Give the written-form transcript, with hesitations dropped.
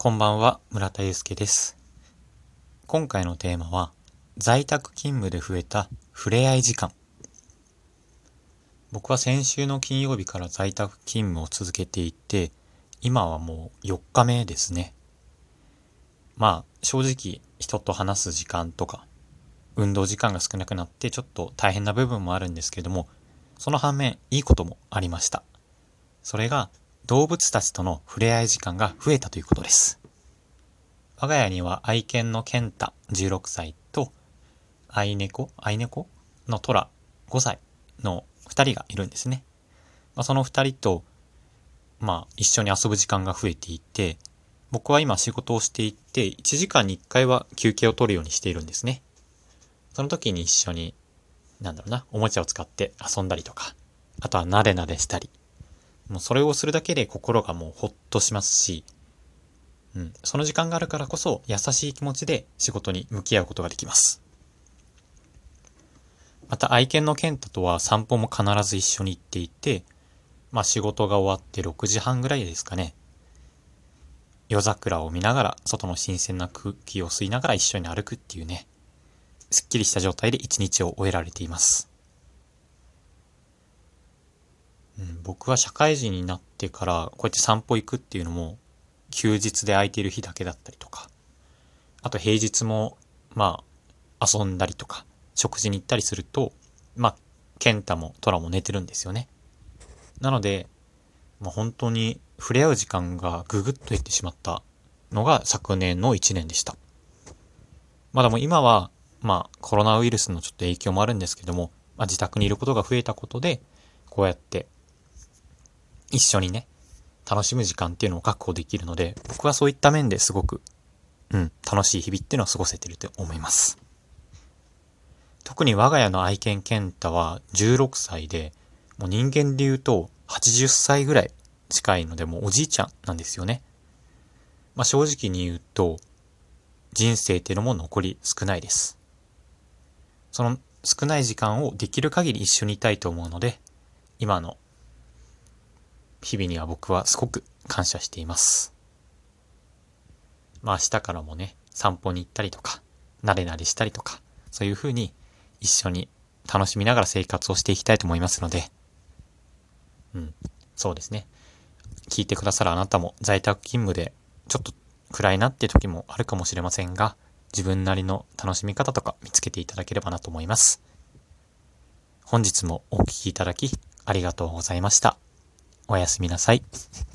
こんばんは、村田祐介です。今回のテーマは、在宅勤務で増えた触れ合い時間。僕は先週の金曜日から在宅勤務を続けていて、今はもう4日目ですね。正直人と話す時間とか、運動時間が少なくなってちょっと大変な部分もあるんですけども、その反面いいこともありました。それが動物たちとの触れ合い時間が増えたということです。我が家には愛犬のケンタ16歳と愛猫のトラ5歳の2人がいるんですね。その2人と一緒に遊ぶ時間が増えていて、僕は今仕事をしていて1時間に1回は休憩を取るようにしているんですね。その時に一緒におもちゃを使って遊んだりとか、あとはなでなでしたり、もうそれをするだけで心がもうほっとしますし、その時間があるからこそ優しい気持ちで仕事に向き合うことができます。また愛犬のケンタとは散歩も必ず一緒に行っていて、仕事が終わって6時半ぐらいですかね。夜桜を見ながら外の新鮮な空気を吸いながら一緒に歩くっていうね、すっきりした状態で一日を終えられています。僕は社会人になってからこうやって散歩行くっていうのも休日で空いている日だけだったりとか、あと平日も遊んだりとか食事に行ったりするとケンタもトラも寝てるんですよね。なので本当に触れ合う時間がぐぐっと減ってしまったのが昨年の1年でした。でも今はコロナウイルスのちょっと影響もあるんですけども、自宅にいることが増えたことでこうやって一緒にね楽しむ時間っていうのを確保できるので、僕はそういった面ですごく楽しい日々っていうのを過ごせてると思います。特に我が家の愛犬ケンタは16歳で、もう人間で言うと80歳ぐらい近いので、もうおじいちゃんなんですよね。正直に言うと人生っていうのも残り少ないです。その少ない時間をできる限り一緒にいたいと思うので、今の日々には僕はすごく感謝しています。明日からもね、散歩に行ったりとか、なでなでしたりとか、そういう風に一緒に楽しみながら生活をしていきたいと思いますので、そうですね。聞いてくださるあなたも在宅勤務でちょっと暗いなって時もあるかもしれませんが、自分なりの楽しみ方とか見つけていただければなと思います。本日もお聞きいただきありがとうございました。おやすみなさい。